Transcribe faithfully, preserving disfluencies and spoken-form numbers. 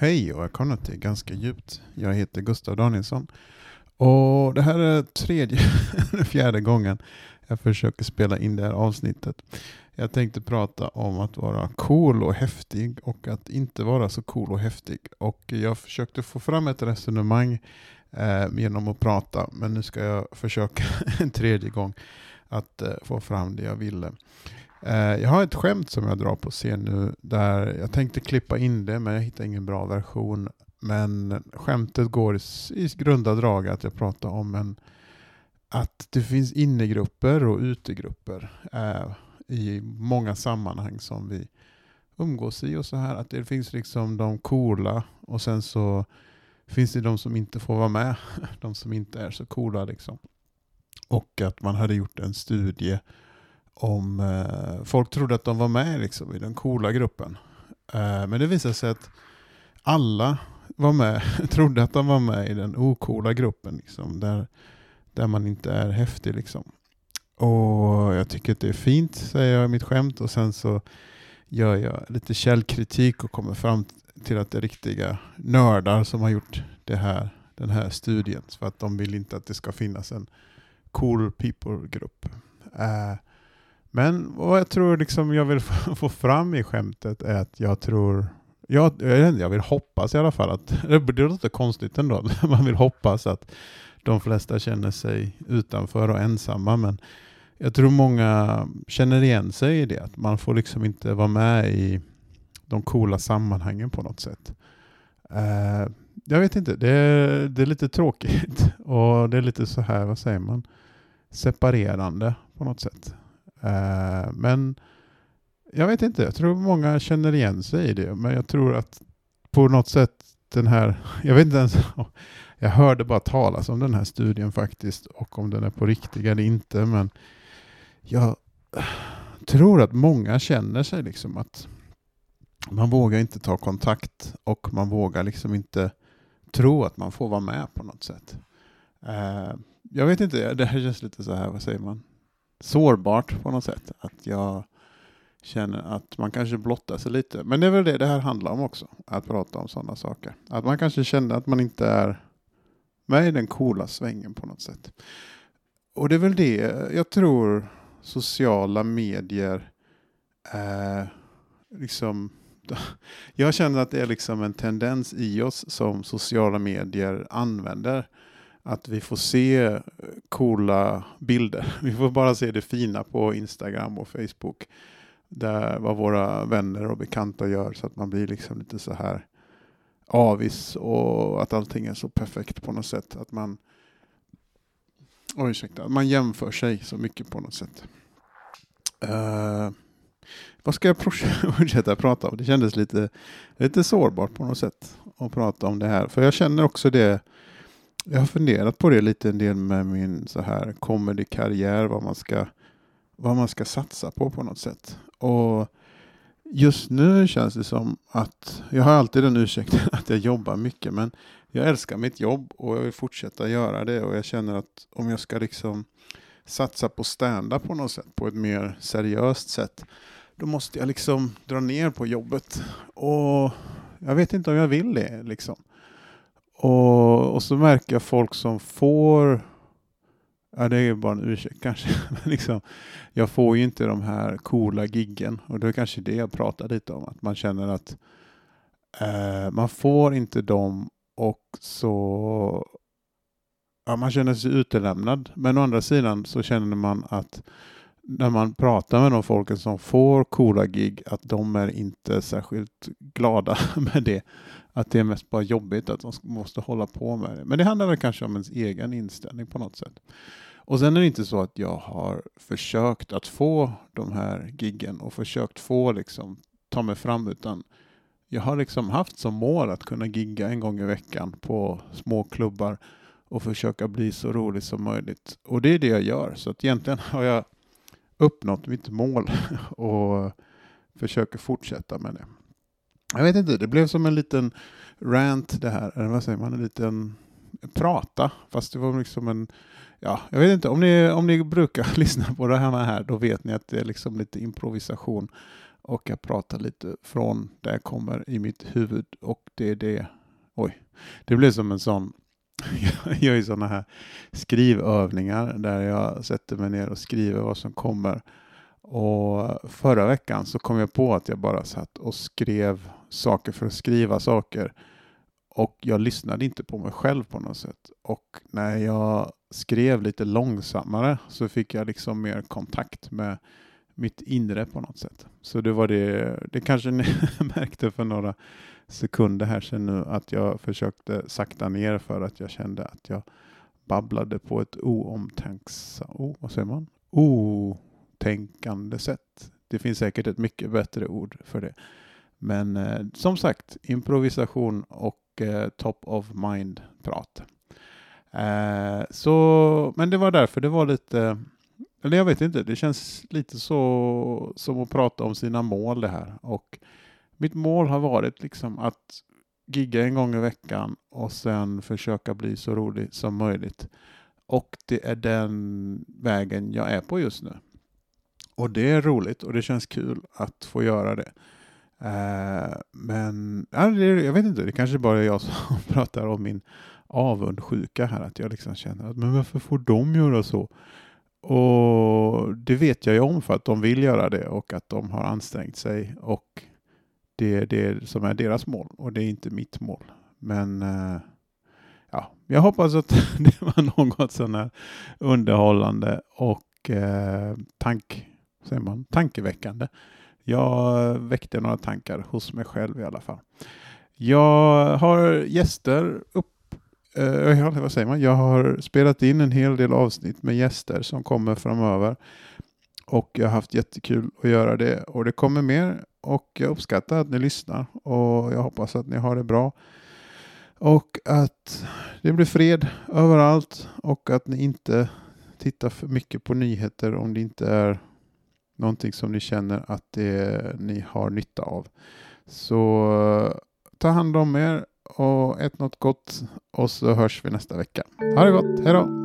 Hej och välkomna till Ganska djupt. Jag heter Gustav Danielsson och det här är tredje eller fjärde gången jag försöker spela in det här avsnittet. Jag tänkte prata om att vara cool och häftig och att inte vara så cool och häftig. Och jag försökte få fram ett resonemang eh, genom att prata, men nu ska jag försöka en tredje gång att eh, få fram det jag ville. Jag har ett skämt som jag drar på scen nu där jag tänkte klippa in det, men jag hittar ingen bra version. Men skämtet går i, i grunda drag att jag pratar om en, att det finns innegrupper och utegrupper eh, i många sammanhang som vi umgås i och så här. Att det finns liksom de coola och sen så finns det de som inte får vara med, de som inte är så coola liksom. Och att man hade gjort en studie om eh, folk trodde att de var med liksom, i den coola gruppen. Eh, men det visade sig att alla var med, trodde att de var med i den ocoola gruppen. Liksom, där, där man inte är häftig. Liksom. Och jag tycker att det är fint, säger jag i mitt skämt. Och sen så gör jag lite källkritik och kommer fram till att det är riktiga nördar som har gjort det här, den här studien. För att de vill inte att det ska finnas en cool people-grupp. Eh, Men vad jag tror liksom jag vill få fram i skämtet är att jag tror, jag, jag vill hoppas i alla fall att, det låter konstigt ändå, man vill hoppas att de flesta känner sig utanför och ensamma, men jag tror många känner igen sig i det, att man får liksom inte vara med i de coola sammanhangen på något sätt. Uh, jag vet inte, det är, det är lite tråkigt och det är lite så här, vad säger man, separerande på något sätt. Uh, men jag vet inte, jag tror många känner igen sig i det, men jag tror att på något sätt den här, jag vet inte ens, jag hörde bara talas om den här studien faktiskt och om den är på riktigt eller inte, men jag tror att många känner sig liksom att man vågar inte ta kontakt och man vågar liksom inte tro att man får vara med på något sätt. Uh, jag vet inte, det här känns lite så här, vad säger man? Sårbart på något sätt. Att jag känner att man kanske blottar sig lite. Men det är väl det det här handlar om också. Att prata om sådana saker. Att man kanske känner att man inte är med i den coola svängen på något sätt. Och det är väl det jag tror sociala medier är liksom. Jag känner att det är liksom en tendens i oss som sociala medier använder. Att vi får se coola bilder. Vi får bara se det fina på Instagram och Facebook. Där vad våra vänner och bekanta gör. Så att man blir liksom lite så här avis. Och att allting är så perfekt på något sätt. Att man, oh, ursäkta, att man jämför sig så mycket på något sätt. Uh, vad ska jag fortsätta prata om? Det kändes lite, lite sårbart på något sätt. Att prata om det här. För jag känner också det. Jag har funderat på det lite en del med min så här comedy-karriär, vad man ska vad man ska satsa på på något sätt. Och just nu känns det som att jag har alltid den ursäkten att jag jobbar mycket, men jag älskar mitt jobb och jag vill fortsätta göra det, och jag känner att om jag ska liksom satsa på stand-up på något sätt, på ett mer seriöst sätt, då måste jag liksom dra ner på jobbet, och jag vet inte om jag vill det liksom. Och, och så märker jag folk som får, ja det är ju bara en ursäkt kanske, men liksom, jag får ju inte de här coola giggen, och det är kanske det jag pratar lite om, att man känner att eh, man får inte dem, och så ja, man känner sig utelämnad. Men å andra sidan så känner man att när man pratar med de folken som får coola gig, att de är inte särskilt glada med det. Att det är mest bara jobbigt att de måste hålla på med det. Men det handlar väl kanske om ens egen inställning på något sätt. Och sen är det inte så att jag har försökt att få de här giggen och försökt få liksom ta mig fram, utan jag har liksom haft som mål att kunna gigga en gång i veckan på små klubbar och försöka bli så rolig som möjligt. Och det är det jag gör. Så att egentligen har jag uppnått mitt mål och försöker fortsätta med det. Jag vet inte, det blev som en liten rant det här, eller vad säger man, en liten prata, fast det var liksom en, ja, jag vet inte, om ni, om ni brukar lyssna på det här, här, då vet ni att det är liksom lite improvisation Och jag pratar lite från där jag kommer i mitt huvud. Och det är det. Oj. Det blir som en sån. Jag gör ju sådana här skrivövningar. Där jag sätter mig ner och skriver vad som kommer. Och förra veckan så kom jag på att jag bara satt och skrev saker för att skriva saker. Och jag lyssnade inte på mig själv på något sätt. Och när jag skrev lite långsammare så fick jag liksom mer kontakt med mitt inre på något sätt. Så det var det, det kanske ni märkte för några sekunder här sedan nu att jag försökte sakta ner för att jag kände att jag babblade på ett oomtänksamt, oh, vad säger man? Otänkande sätt. Det finns säkert ett mycket bättre ord för det. Men eh, som sagt, improvisation och eh, top of mind prat. Eh, så, men det var därför det var lite, eller jag vet inte, det känns lite så som att prata om sina mål det här. Och mitt mål har varit liksom att gigga en gång i veckan och sen försöka bli så rolig som möjligt. Och det är den vägen jag är på just nu. Och det är roligt och det känns kul att få göra det. Uh, men ja, det, jag vet inte, det kanske bara är jag som pratar om min avundsjuka här. Att jag liksom känner att men varför får de göra så? Och det vet jag ju om för att de vill göra det och att de har ansträngt sig. Och det är det som är deras mål och det är inte mitt mål. Men uh, ja, jag hoppas att det var något sån här underhållande och uh, tank, säger man, tankeväckande. Jag väckte några tankar hos mig själv i alla fall. Jag har gäster upp, eh, vad säger man? Jag har spelat in en hel del avsnitt med gäster som kommer framöver. Och jag har haft jättekul att göra det. Och det kommer mer. Och jag uppskattar att ni lyssnar. Och jag hoppas att ni har det bra. Och att det blir fred överallt. Och att ni inte tittar för mycket på nyheter om det inte är någonting som ni känner att det, ni har nytta av. Så ta hand om er och ät något gott och så hörs vi nästa vecka. Ha det gott, hej då!